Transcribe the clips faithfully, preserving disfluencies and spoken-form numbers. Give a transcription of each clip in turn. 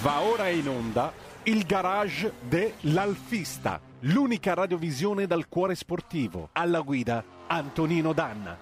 Va ora in onda il garage dell'Alfista, l'unica radiovisione dal cuore sportivo. Alla guida Antonino Danna.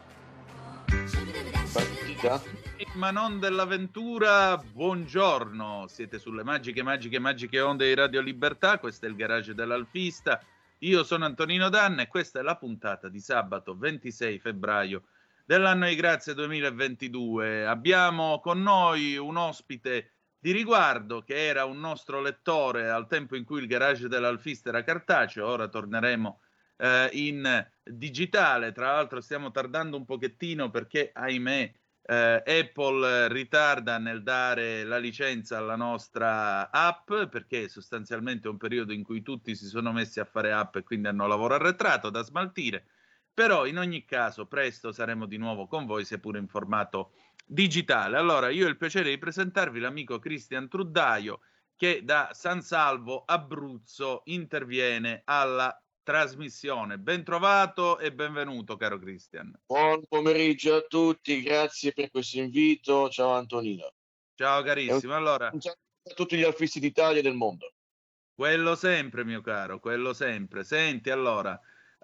Partita? Ma non dell'avventura, buongiorno, siete sulle magiche, magiche, magiche onde di Radio Libertà, questo è il garage dell'Alfista, io sono Antonino Danna e questa è la puntata di sabato ventisei febbraio dell'anno di grazia duemilaventidue. Abbiamo con noi un ospite di riguardo che era un nostro lettore al tempo in cui il garage dell'Alfista era cartaceo, ora torneremo eh, in digitale, tra l'altro stiamo tardando un pochettino perché ahimè eh, Apple ritarda nel dare la licenza alla nostra app, perché sostanzialmente è un periodo in cui tutti si sono messi a fare app e quindi hanno lavoro arretrato da smaltire, però in ogni caso presto saremo di nuovo con voi, seppure in formato digitale. Allora, io ho il piacere di presentarvi l'amico Cristian Truddaio, che da San Salvo, Abruzzo, interviene alla trasmissione. Ben trovato e benvenuto, caro Cristian. Buon pomeriggio a tutti, grazie per questo invito. Ciao Antonino. Ciao carissimo. Allora, un saluto a tutti gli alfisti d'Italia e del mondo. Quello sempre, mio caro, quello sempre. Senti, allora,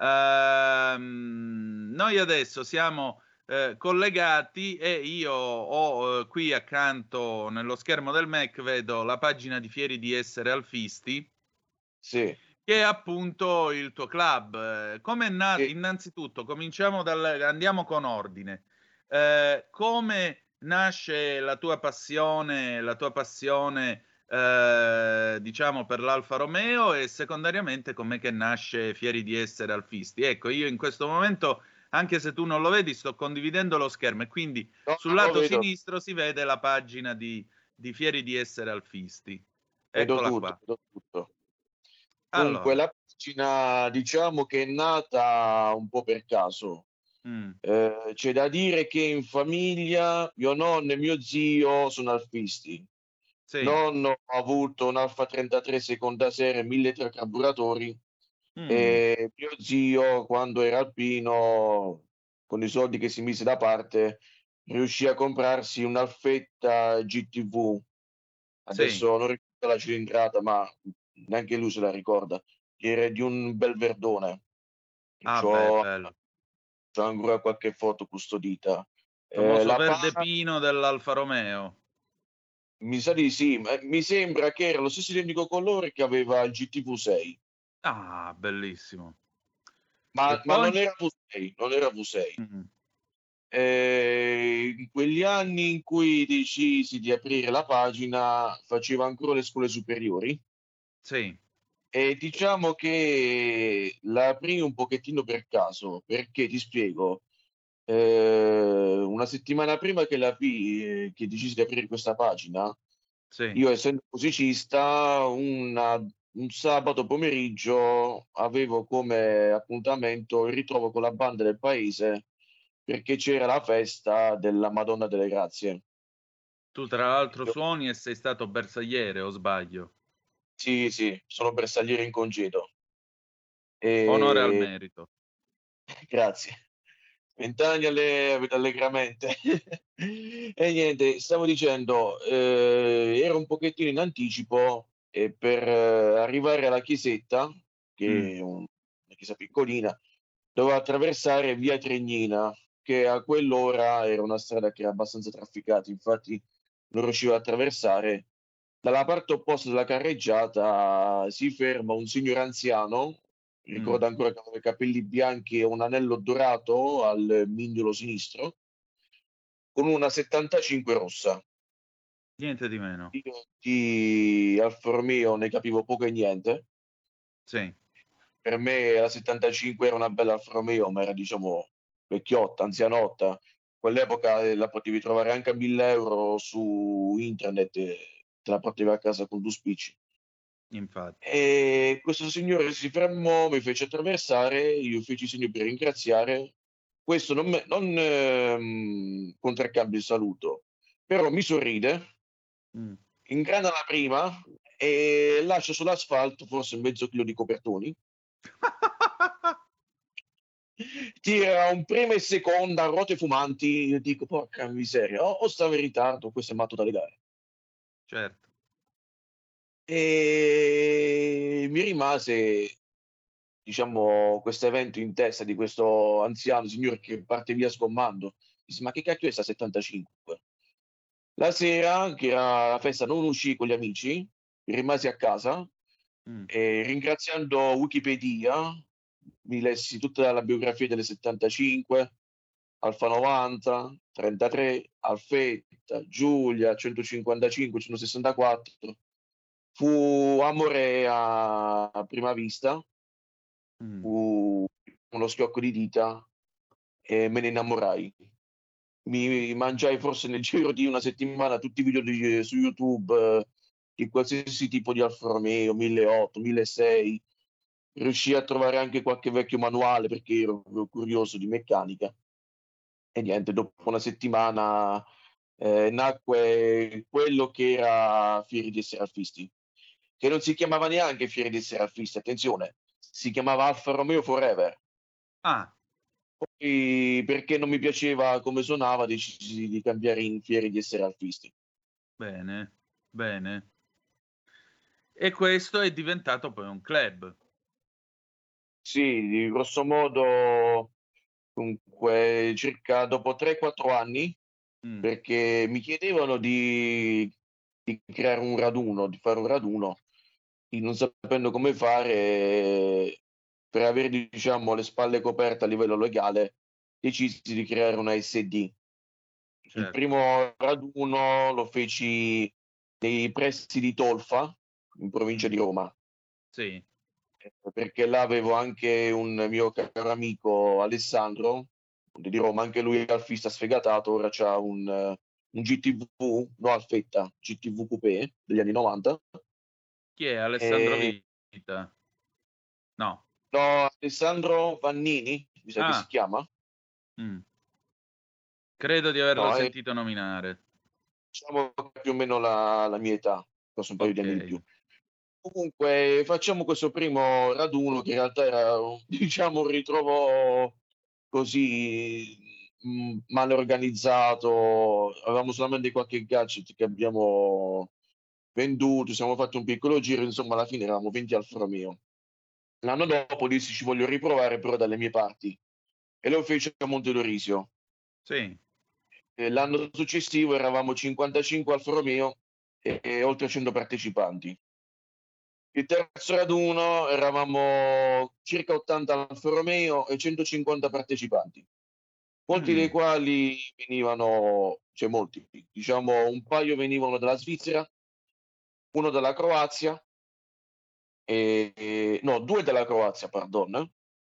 ehm, noi adesso siamo eh, collegati e io ho eh, qui accanto nello schermo del Mac vedo la pagina di Fieri di essere alfisti. Sì. Che è appunto il tuo club. Eh, come è nato? Sì. Innanzitutto, cominciamo dal, andiamo con ordine. Eh, come nasce la tua passione, la tua passione, eh, diciamo, per l'Alfa Romeo e secondariamente com'è che nasce Fieri di essere alfisti? Ecco, io in questo momento, anche se tu non lo vedi, sto condividendo lo schermo e quindi No, sul lato vedo. sinistro si vede la pagina di, di Fieri di essere alfisti. Vedo Eccola tutto, qua. vedo tutto. Allora. Comunque la pagina diciamo che è nata un po' per caso. Mm. Eh, c'è da dire che in famiglia mio nonno e mio zio sono alfisti. Sì. Nonno ha avuto un Alfa trentatré seconda serie, mille tre carburatori. Mm. E mio zio, quando era alpino, con i soldi che si mise da parte, riuscì a comprarsi un'Alfetta G T V. Adesso Sì. non ricordo la cilindrata, ma neanche lui se la ricorda. Era di un bel verdone. Ah, beh, C'ho, bello. c'ho ancora qualche foto custodita. Il Eh, famoso la verde pa- pino dell'Alfa Romeo. mi sa di sì, ma mi sembra che era lo stesso identico colore che aveva il G T V sei. Ah, bellissimo. Ma, E ma poi? non era V sei, non era V sei. Mm. Eh, in quegli anni in cui decisi di aprire la pagina, facevo ancora le scuole superiori Sì. e diciamo che la aprì un pochettino per caso, perché ti spiego, eh, una settimana prima che la apri- eh, che decisi di aprire questa pagina, Sì. io essendo musicista, una- un sabato pomeriggio avevo come appuntamento il ritrovo con la banda del paese perché c'era la festa della Madonna delle Grazie. Tu tra l'altro Io- suoni e sei stato bersagliere, o sbaglio? sì, sì, sono bersagliere in congedo. Onore al E... merito. Grazie. Vent'anni alle... allegramente. E niente, stavo dicendo, eh, ero un pochettino in anticipo e per eh, arrivare alla chiesetta, Mm. che è un- una chiesa piccolina, dovevo attraversare via Tregnina, che a quell'ora era una strada che era abbastanza trafficata, infatti non riuscivo ad attraversare. Dalla parte opposta della carreggiata si ferma un signore anziano, Mm. ricordo ancora che aveva i capelli bianchi e un anello dorato al mignolo sinistro, con una settantacinque rossa. Niente di meno. Io di Alfa Romeo ne capivo poco e niente. Sì. Per me la settantacinque era una bella Alfa Romeo, ma era diciamo vecchiotta, anzianotta. Quell'epoca eh, la potevi trovare anche a mille euro su internet e te la portavi a casa con due spicci. Infatti. E questo signore si fermò, mi fece attraversare, io feci segno per ringraziare. Questo non, me, non ehm, contraccambia il saluto, però mi sorride, Mm. ingrana la prima e lascia sull'asfalto forse mezzo chilo di copertoni. Tira un prima e seconda, ruote fumanti. Io dico, porca miseria, o, o stava in ritardo, questo è matto da legare. Certo. E mi rimase, diciamo, questo evento in testa di questo anziano signore che parte via sgommando. Dissi: "Ma che cacchio è sta settantacinque?" La sera, che era la festa, non uscii con gli amici, rimasi a casa Mh. e ringraziando Wikipedia mi lessi tutta la biografia delle settantacinque, Alfa novanta, trentatré, Alfetta, Giulia, centocinquantacinque, centosessantaquattro. Fu amore a prima vista, Mh. fu uno schiocco di dita e me ne innamorai. Mi mangiai forse nel giro di una settimana tutti i video di su YouTube eh, di qualsiasi tipo di Alfa Romeo, mille ottocento, mille seicento. Riuscii a trovare anche qualche vecchio manuale perché ero curioso di meccanica e niente, dopo una settimana, ehm, nacque quello che era Fieri dei Serafisti, che non si chiamava neanche Fieri dei Serafisti, attenzione, si chiamava Alfa Romeo Forever. Ah, Poi, perché non mi piaceva come suonava, decisi di cambiare in Fieri dei Serafisti. bene, bene. E questo è diventato poi un club. Sì, di grosso modo, dunque, circa dopo tre, quattro anni, Mh. perché mi chiedevano di di creare un raduno, di fare un raduno, e non sapendo come fare, per avere diciamo le spalle coperte a livello legale, decisi di creare una S D. Il Certo. primo raduno lo feci nei pressi di Tolfa, in provincia Mh. di Roma, Sì. ehm, perché là avevo anche un mio caro amico Alessandro, di Roma, anche lui è alfista sfegatato, ora c'ha un un G T V, no Alfetta, G T V coupé degli anni 'novanta. Chi è? Alessandro Ehm, Vita? No. no, Alessandro Vannini, mi sa che si Ah, chiama. mh. Credo di averlo No, è sentito nominare. diciamo più o meno la la mia età, forse un paio di anni di Okay. più. Comunque facciamo questo primo raduno che in realtà era un diciamo un ritrovo così, mhmm, male organizzato, avevamo solamente qualche gadget che abbiamo venduto, siamo fatti un piccolo giro, insomma alla fine eravamo venti Alfa Romeo. L'anno dopo dissi: "Ci voglio riprovare però dalle mie parti" e lo feci a Montedorisio. Sì. E l'anno successivo eravamo cinquantacinque Alfa Romeo e e oltre cento partecipanti. Il terzo raduno eravamo circa ottanta Alfa Romeo e centocinquanta partecipanti, molti dei Mh. quali venivano, cioè molti, diciamo un paio venivano dalla Svizzera, uno dalla Croazia, e no, due dalla Croazia, pardon,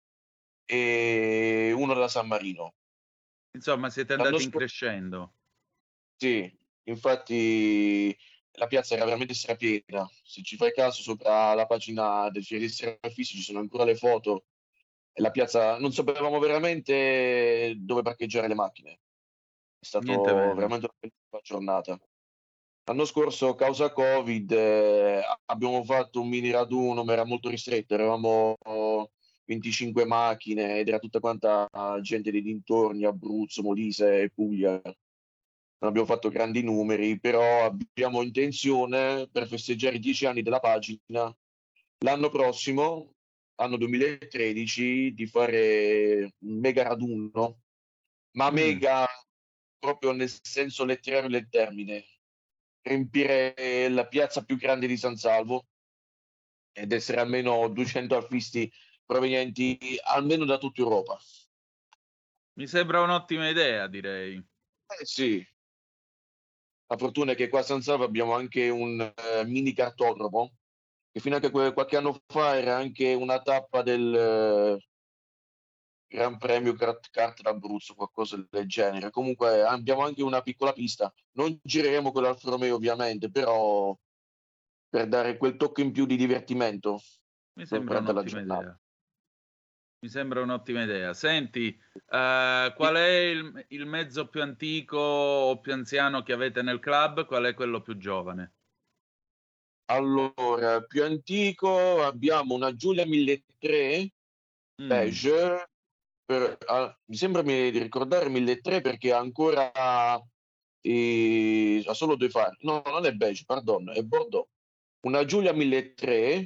e uno da San Marino. Insomma siete L'anno andati in sco crescendo. Sì, infatti la piazza era veramente strapiena. Se ci fai caso sopra la pagina del Fieri dei Serafisti ci sono ancora le foto e la piazza non sapevamo veramente dove parcheggiare le macchine. È Niente stato meno. veramente una bellissima giornata. L'anno scorso, causa Covid, eh, a abbiamo fatto un mini raduno, ma era molto ristretto, eravamo venticinque macchine ed era tutta quanta gente dei dintorni, Abruzzo, Molise e Puglia. Non abbiamo fatto grandi numeri, però abbiamo intenzione, per festeggiare i dieci anni della pagina, l'anno prossimo, anno duemilatredici, di fare un mega raduno, ma Mh. mega proprio nel senso letterario del termine. Riempire la piazza più grande di San Salvo ed essere almeno duecento alfisti provenienti almeno da tutta Europa. Mi sembra un'ottima idea, direi. Eh sì, la fortuna è che qua a San Salvo abbiamo anche un eh, mini cartodromo, che fino a che que qualche anno fa era anche una tappa del eh, Gran Premio Kart Kart d'Abruzzo, qualcosa del genere. Comunque abbiamo anche una piccola pista. Non gireremo con l'Alfa Romeo ovviamente, però per dare quel tocco in più di divertimento Mi sembra durante la un'ottima giornata. idea. Mi sembra un'ottima idea. Senti, ehm, qual è il m il mezzo più antico o più anziano che avete nel club? Qual è quello più giovane? Allora, più antico abbiamo una Giulia milletrecento Mh. beige, per a mi sembra mi di ricordare milletrecento perché ha ancora, ehm, ha solo due fari. No, non è beige, pardon, è bordeaux. una Giulia milletrecento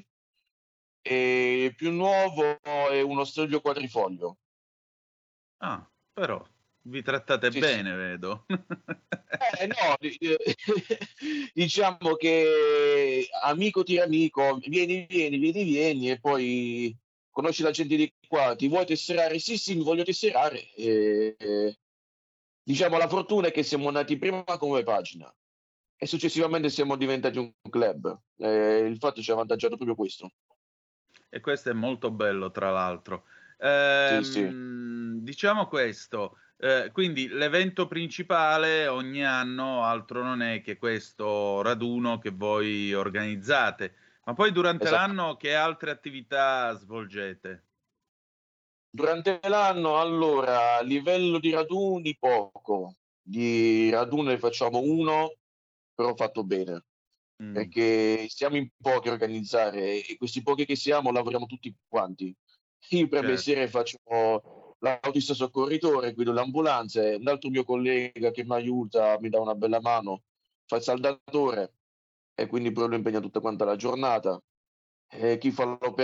e più nuovo è uno Stelvio quadrifoglio. Ah, però vi trattate Sì, sì. bene, vedo. Eh no, di diciamo che amico tira amico, vieni, vieni, vieni, vieni e poi conosci la gente di qua, ti vuoi tesserare? Sì, sì, mi voglio tesserare. E, e, diciamo la fortuna è che siamo nati prima come pagina e successivamente siamo diventati un club. Eh, il fatto ci ha avvantaggiato proprio questo. E questo è molto bello, tra l'altro. Sì, sì. Ehm, diciamo questo, eh, quindi l'evento principale ogni anno altro non è che questo raduno che voi organizzate, ma poi durante Esatto. l'anno che altre attività svolgete? Durante l'anno, allora, a livello di raduni poco. Di raduni ne facciamo uno, però fatto bene. Mm, Perché siamo in pochi a organizzare e questi pochi che siamo lavoriamo tutti quanti. Io per certo, mestiere faccio l'autista soccorritore, guido le ambulanze, un altro mio collega che mi aiuta, mi dà una bella mano, fa il saldatore e quindi poi lo impegna tutta quanta la giornata. E chi fa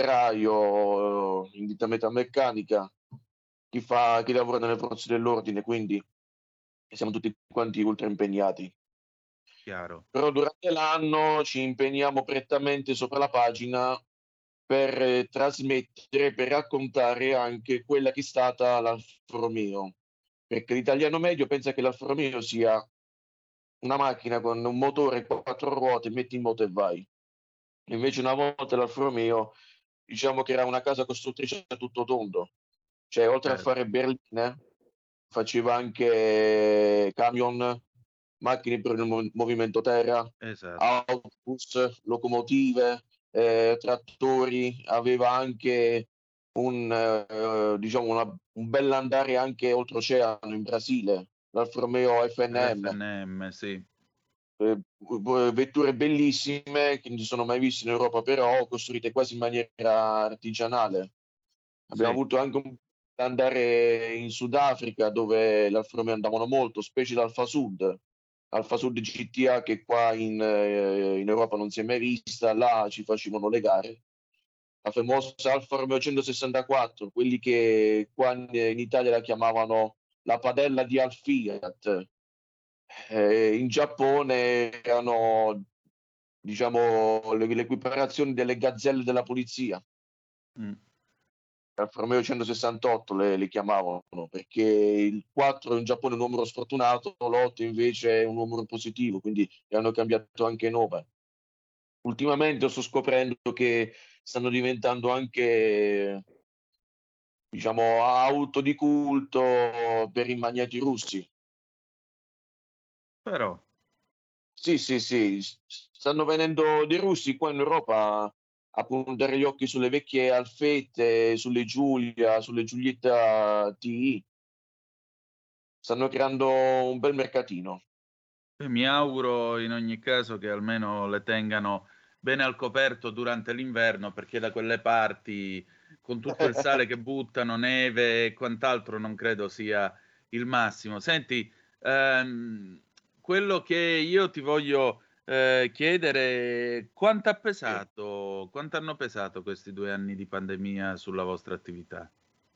l'operaio in ditta metalmeccanica, chi fa, chi lavora nelle forze dell'ordine, quindi siamo tutti quanti ultra impegnati. chiaro. Però durante l'anno ci impegniamo prettamente sopra la pagina per eh, trasmettere, per raccontare anche quella che è stata l'Alfa Romeo, perché l'italiano medio pensa che l'Alfa Romeo sia una macchina con un motore e quattro ruote, metti in moto e vai. Invece una volta l'Alfa Romeo, diciamo che era una casa costruttrice a tutto tondo, cioè oltre a Certo, fare berline, faceva anche camion, macchine per il mo- movimento terra, esatto. autobus, locomotive, eh, trattori, aveva anche un, eh, diciamo una, un bell'andare anche oltreoceano in Brasile, l'Alfa Romeo F N M. L'F N M, sì, Eh, v- vetture bellissime che non si sono mai viste in Europa, però costruite quasi in maniera artigianale. Abbiamo sì, avuto anche un andare in Sudafrica dove le Alfa Romeo andavano molto, specie l'Alfa Sud. Alfa Sud G T A che qua in, eh, in Europa non si è mai vista, là ci facevano le gare. La famosa Alfa Romeo centosessantaquattro, quelli che qua in, in Italia la chiamavano la padella di Alfiat. Eh, in Giappone erano, diciamo, le- l'equiparazione delle gazzelle della polizia. mm, Alfa Romeo centosessantotto le, le chiamavano, perché il quattro in Giappone è un numero sfortunato, l'otto invece è un numero positivo, quindi gli hanno cambiato anche nome. Ultimamente sto scoprendo che stanno diventando anche, diciamo, auto di culto per i magnati russi. però, Sì, sì, sì, s- stanno venendo dei russi qua in Europa a puntare gli occhi sulle vecchie Alfette, sulle Giulia, sulle Giulietta T I. Stanno creando un bel mercatino. e mi auguro in ogni caso che almeno le tengano bene al coperto durante l'inverno, perché da quelle parti, con tutto il sale che buttano, neve e quant'altro, non credo sia il massimo. Senti, ehm, quello che io ti voglio eh, chiedere, quanto ha Sì, pesato, quanto hanno pesato questi due anni di pandemia sulla vostra attività?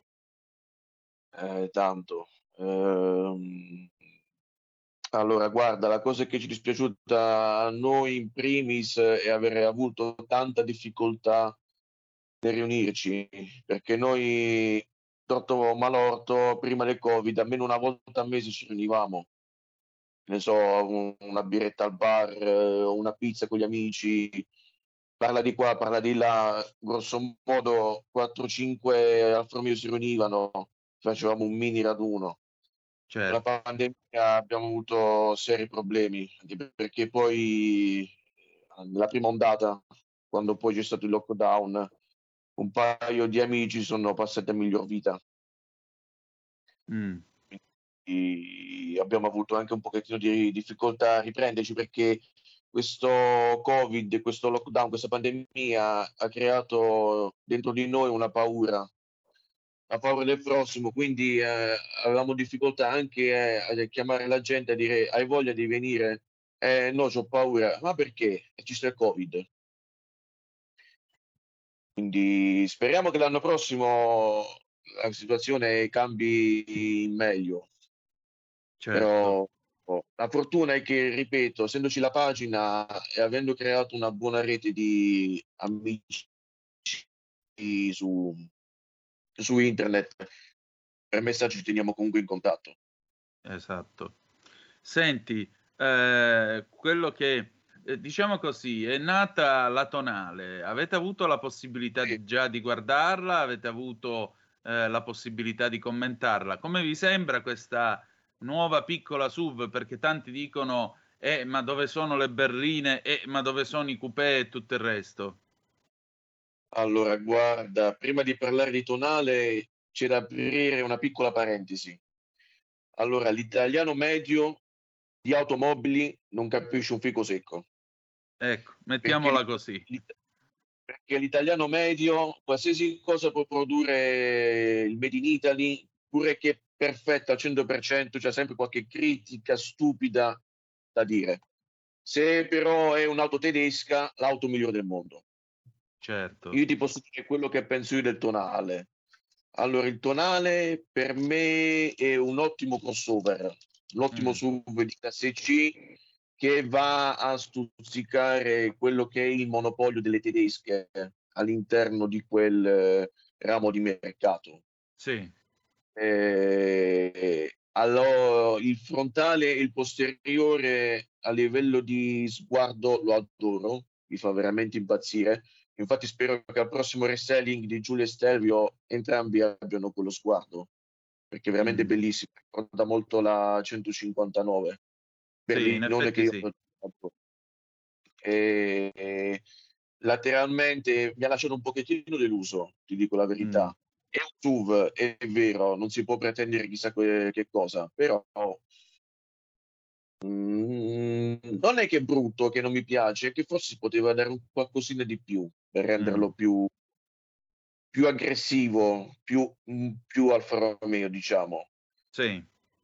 eh, tanto. Ehm, allora, guarda, la cosa che ci è dispiaciuta a noi in primis è avere avuto tanta difficoltà nel riunirci, perché noi, torto malorto, prima del Covid, almeno una volta al mese ci riunivamo. Ne so, un- una birretta al bar, eh, una pizza con gli amici, parla di qua, parla di là, grosso modo quattro cinque Alfa Romeo si riunivano, facevamo un mini raduno. Con la Certo, pandemia abbiamo avuto seri problemi, anche perché poi eh, nella prima ondata, quando poi c'è stato il lockdown, un paio di amici sono passati a miglior vita. mm, Quindi abbiamo avuto anche un pochettino di difficoltà a riprenderci perché questo Covid, questo lockdown, questa pandemia ha creato dentro di noi una paura, la paura del prossimo, quindi eh, avevamo difficoltà anche eh, a chiamare la gente a dire hai voglia di venire? Eh, no, c'ho paura. Ma perché? E ci sta il Covid. Quindi speriamo che l'anno prossimo la situazione cambi in meglio. Certo. Però oh, la fortuna è che, ripeto, essendoci la pagina e avendo creato una buona rete di amici su, su internet, per messaggio ci teniamo comunque in contatto. Esatto. Senti, ehm, quello che ehm, diciamo così, è nata la Tonale, avete avuto la possibilità Sì. di già di guardarla? Avete avuto, ehm, la possibilità di commentarla? Come vi sembra questa nuova piccola S U V? Perché tanti dicono: "Eh, ma dove sono le berline? Eh, ma dove sono i coupé e tutto il resto?" Allora, guarda, prima di parlare di Tonale c'è da aprire una piccola parentesi. Allora, l'italiano medio di automobili non capisce un fico secco. Ecco, Perché mettiamola l'it così. l'it perché l'italiano medio, qualsiasi cosa può produrre il made in Italy, pure che è perfetta al cento per cento, c'ha sempre qualche critica stupida da dire. Se però è un'auto tedesca, l'auto migliore del mondo. Certo. Io ti posso dire quello che penso io del Tonale. Allora, il Tonale per me è un ottimo crossover, un ottimo Mh, S U V di classe C che va a stuzzicare quello che è il monopolio delle tedesche all'interno di quel eh, ramo di mercato. sì. Ehm, allo il frontale e il posteriore a livello di sguardo lo adoro, mi fa veramente impazzire. Infatti spero che al prossimo restyling di Giulia e Stelvio entrambi abbiano quello sguardo, perché è veramente Mh. bellissimo, ricorda molto la centocinquantanove Sì, in berlinone che effetti io sì. Ehm, lateralmente mi ha lasciato un pochettino deluso, ti dico la Mh. verità. È un S U V, è vero, non si può pretendere chissà que che cosa, però, mhmm, non è che è brutto, che non mi piace, è che forse si poteva dare un qualcosina di più per Mh. renderlo più più aggressivo, più mhmm, più Alfa Romeo, diciamo. Sì.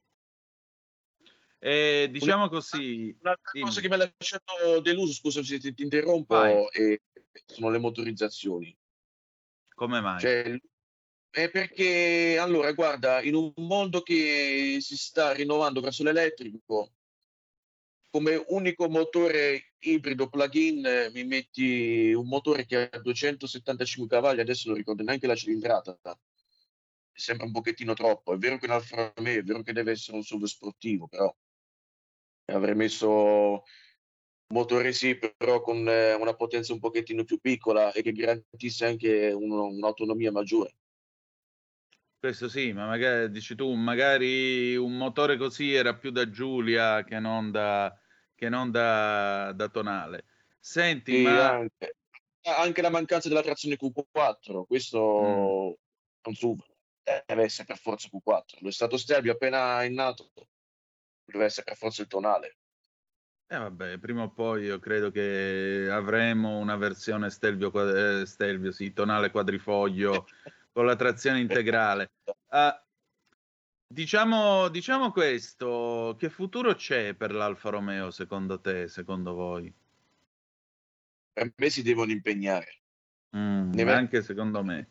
Ehm, diciamo Un'altra così un'altra cosa dimmi. che mi ha lasciato deluso, scusa se ti ti Vai, interrompo, ehm, sono le motorizzazioni. come mai? Cioè Eh, perché allora guarda, in un mondo che si sta rinnovando verso l'elettrico, come unico motore ibrido plug-in eh, mi metti un motore che ha duecentosettantacinque cavalli, adesso non ricordo neanche la cilindrata. Sembra un pochettino troppo. È vero che è un Alfa Romeo, è vero che deve essere un S U V sportivo, però avrei messo un motore sì, però con eh, una potenza un pochettino più piccola e che garantisse anche uno un'autonomia maggiore. Questo sì, ma maga dici tu, magari un motore così era più da Giulia che non da che non da da Tonale. Senti, Sì, ma anche. A anche la mancanza della trazione Q quattro, mh, questo è un S U V, deve essere per forza Q quattro. Lo stato Stelvio appena è nato, deve essere per forza il tonale. eh vabbè, prima o poi io credo che avremo una versione Stelvio qua ehm, Stelvio sì, Tonale quadrifoglio con la trazione integrale. Ah, diciamo diciamo questo, che futuro c'è per l'Alfa Romeo secondo te, secondo voi? Per me si devono impegnare. Mh, Deve anche secondo me.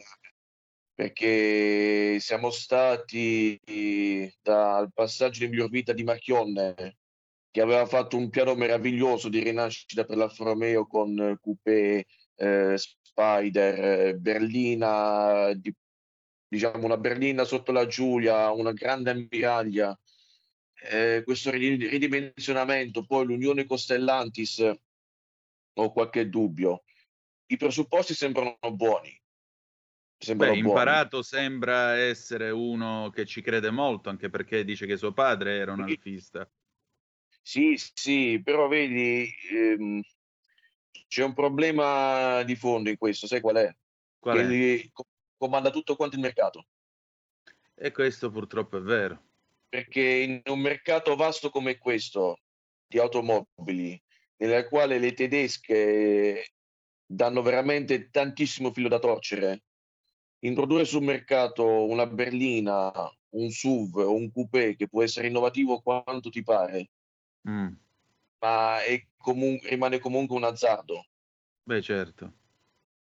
perché siamo stati dal passaggio di miglior vita di Marchionne, che aveva fatto un piano meraviglioso di rinascita per l'Alfa Romeo con coupé, ehm, Spider, eh, berlina di diciamo una berlina sotto la Giulia, una grande ammiraglia. Ehm, questo ri ridimensionamento, poi l'unione con Stellantis, ho qualche dubbio. I presupposti sembrano buoni, Beh, sembrano buoni. Imparato sembra essere uno che ci crede molto, anche perché dice che suo padre era un Sì, alfista. sì, sì, però vedi, ehm, c'è un problema di fondo in questo, sai qual è? Qual Che è? li co comanda tutto quanto il mercato. E questo purtroppo è vero. Perché in un mercato vasto come questo, di automobili, nella quale le tedesche danno veramente tantissimo filo da torcere, introdurre sul mercato una berlina, un S U V o un coupé che può essere innovativo quanto ti pare, Mh. ma è comun rimane comunque un azzardo. Beh, certo.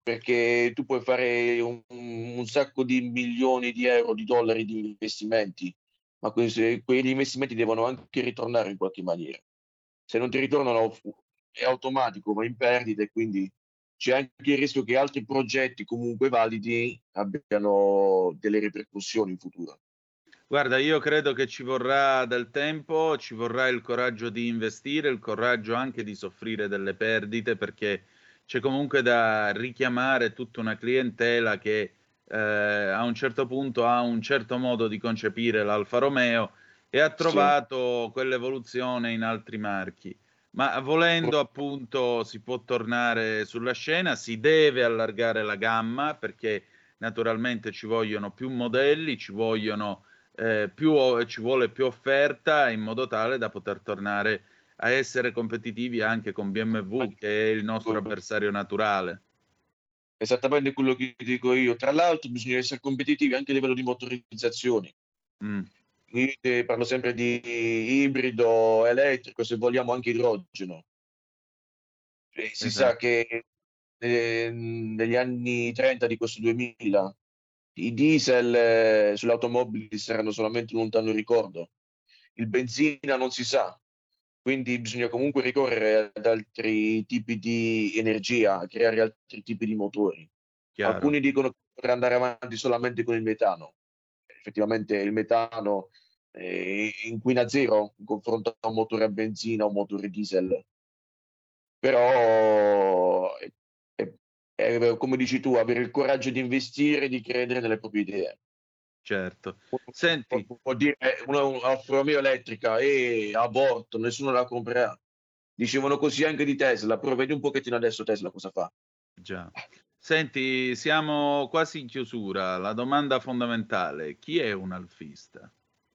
perché tu puoi fare un, un sacco di milioni di euro, di dollari di investimenti, ma que- quegli investimenti devono anche ritornare in qualche maniera. Se non ti ritornano è automatico, va in perdita, e quindi c'è anche il rischio che altri progetti comunque validi abbiano delle ripercussioni in futuro. Guarda, io credo che ci vorrà del tempo, ci vorrà il coraggio di investire, il coraggio anche di soffrire delle perdite, perché c'è comunque da richiamare tutta una clientela che eh, a un certo punto ha un certo modo di concepire l'Alfa Romeo e ha Sì. trovato quell'evoluzione in altri marchi. Ma volendo, appunto, si può tornare sulla scena, si deve allargare la gamma, perché naturalmente ci vogliono più modelli, ci vogliono eh, più, ci vuole più offerta in modo tale da poter tornare a essere competitivi anche con B M W, che è il nostro avversario naturale. Esattamente quello che dico io. Tra l'altro bisogna essere competitivi anche a livello di motorizzazioni. Mm. Io eh, parlo sempre di ibrido, elettrico, se vogliamo anche idrogeno. E si sa Esatto, che eh, negli anni trenta di questo duemila i diesel eh, sulle automobili saranno solamente un lontano ricordo. Il benzina non si sa, quindi bisogna comunque ricorrere ad altri tipi di energia, a creare altri tipi di motori. chiaro, Alcuni dicono che potrà andare avanti solamente con il metano. Effettivamente il metano eh, inquina zero in confronto a un motore a benzina o un motore diesel, però è, è- è, come dici tu, avere il coraggio di investire e di credere nelle proprie idee. certo. Uno Senti, può, può dire una, una Alfa Romeo elettrica e aborto, nessuno la comprerà. Dicevano così anche di Tesla, però vedi un pochettino adesso Tesla cosa fa. già. Senti, siamo quasi in chiusura. La domanda fondamentale, chi è un alfista?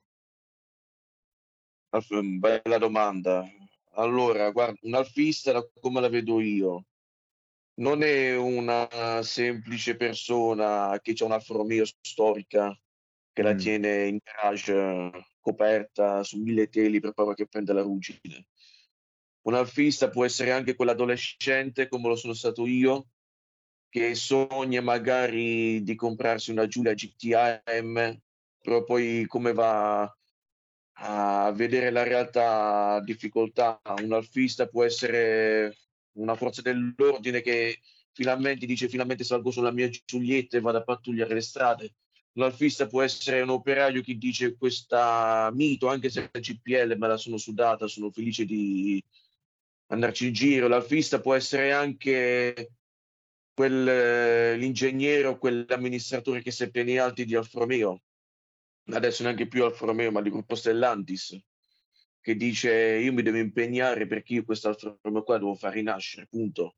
Alf- Bella domanda. Allora, guarda, un alfista, da come la vedo io, non è una semplice persona che ha un'Alfa Romeo storica che la Mm, tiene in garage eh, coperta su mille teli per paura che prenda la ruggine. Un alfista può essere anche quell'adolescente, come lo sono stato io, che sogna magari di comprarsi una Giulia G T A M, però poi come va a vedere la realtà a difficoltà. Un alfista può essere una forza dell'ordine che finalmente dice finalmente salgo sulla mia Giulietta e vado a pattugliare le strade. Un alfista può essere un operaio che dice questa mito, anche se la G P L me la sono sudata, sono felice di andarci in giro. L'alfista può essere anche quel, eh, l'ingegnere o quell'amministratore che seppe nei alti di Alfa Romeo, adesso neanche più Alfa Romeo, ma di gruppo Stellantis, che dice io mi devo impegnare perché io questo Alfa Romeo qua devo far rinascere, punto.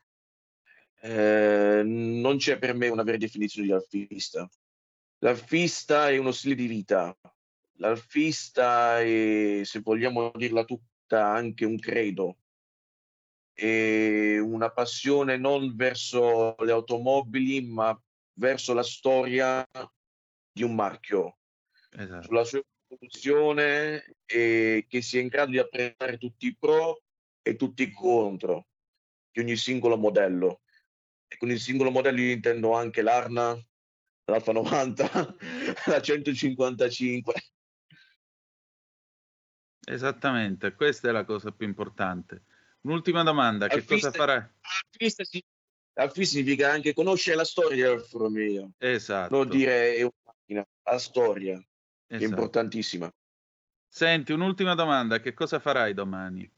Eh, non c'è per me una vera definizione di alfista. L'alfista è uno stile di vita, l'alfista è, se vogliamo dirla tutta, anche un credo, è una passione non verso le automobili, ma verso la storia di un marchio, esatto. sulla sua evoluzione, e che sia in grado di apprezzare tutti i pro e tutti i contro di ogni singolo modello. E con il singolo modello io intendo anche l'Arna, l'Alfa novanta, la centocinquantacinque. Esattamente, questa è la cosa più importante. Un'ultima domanda, che cosa Alfista, farai? alfista, si- alfista significa anche conoscere la storia di Alfa Romeo, non Esatto, dire è una macchina, la storia, che è esatto. importantissima. Senti, un'ultima domanda, che cosa farai domani?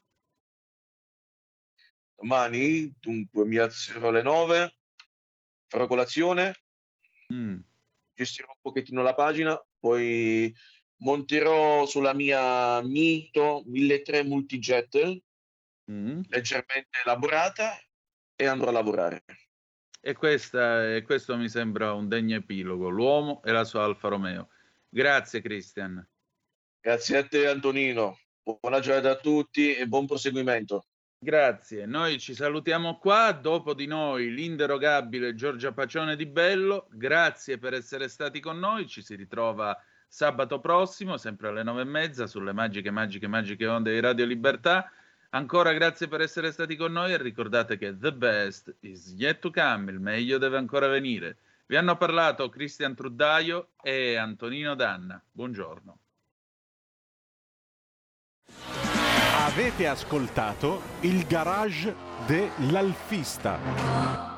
Domani, dunque, mi alzerò alle nove, farò colazione, Mm, gestirò un pochettino la pagina, poi monterò sulla mia Mito milletrecento Multijet, mm. leggermente elaborata, e andrò a lavorare. E, questa, e questo mi sembra un degno epilogo, l'uomo e la sua Alfa Romeo. Grazie, Christian. Grazie a te, Antonino. Buona giornata a tutti e buon proseguimento. Grazie. Noi ci salutiamo qua. Dopo di noi l'inderogabile Giorgia Pacione di Bello. Grazie per essere stati con noi. Ci si ritrova sabato prossimo, sempre alle nove e mezza, sulle magiche, magiche, magiche onde di Radio Libertà. Ancora grazie per essere stati con noi e ricordate che the best is yet to come, il meglio deve ancora venire. Vi hanno parlato Cristian Truddaio e Antonino Danna. Buongiorno. Avete ascoltato il garage dell'Alfista.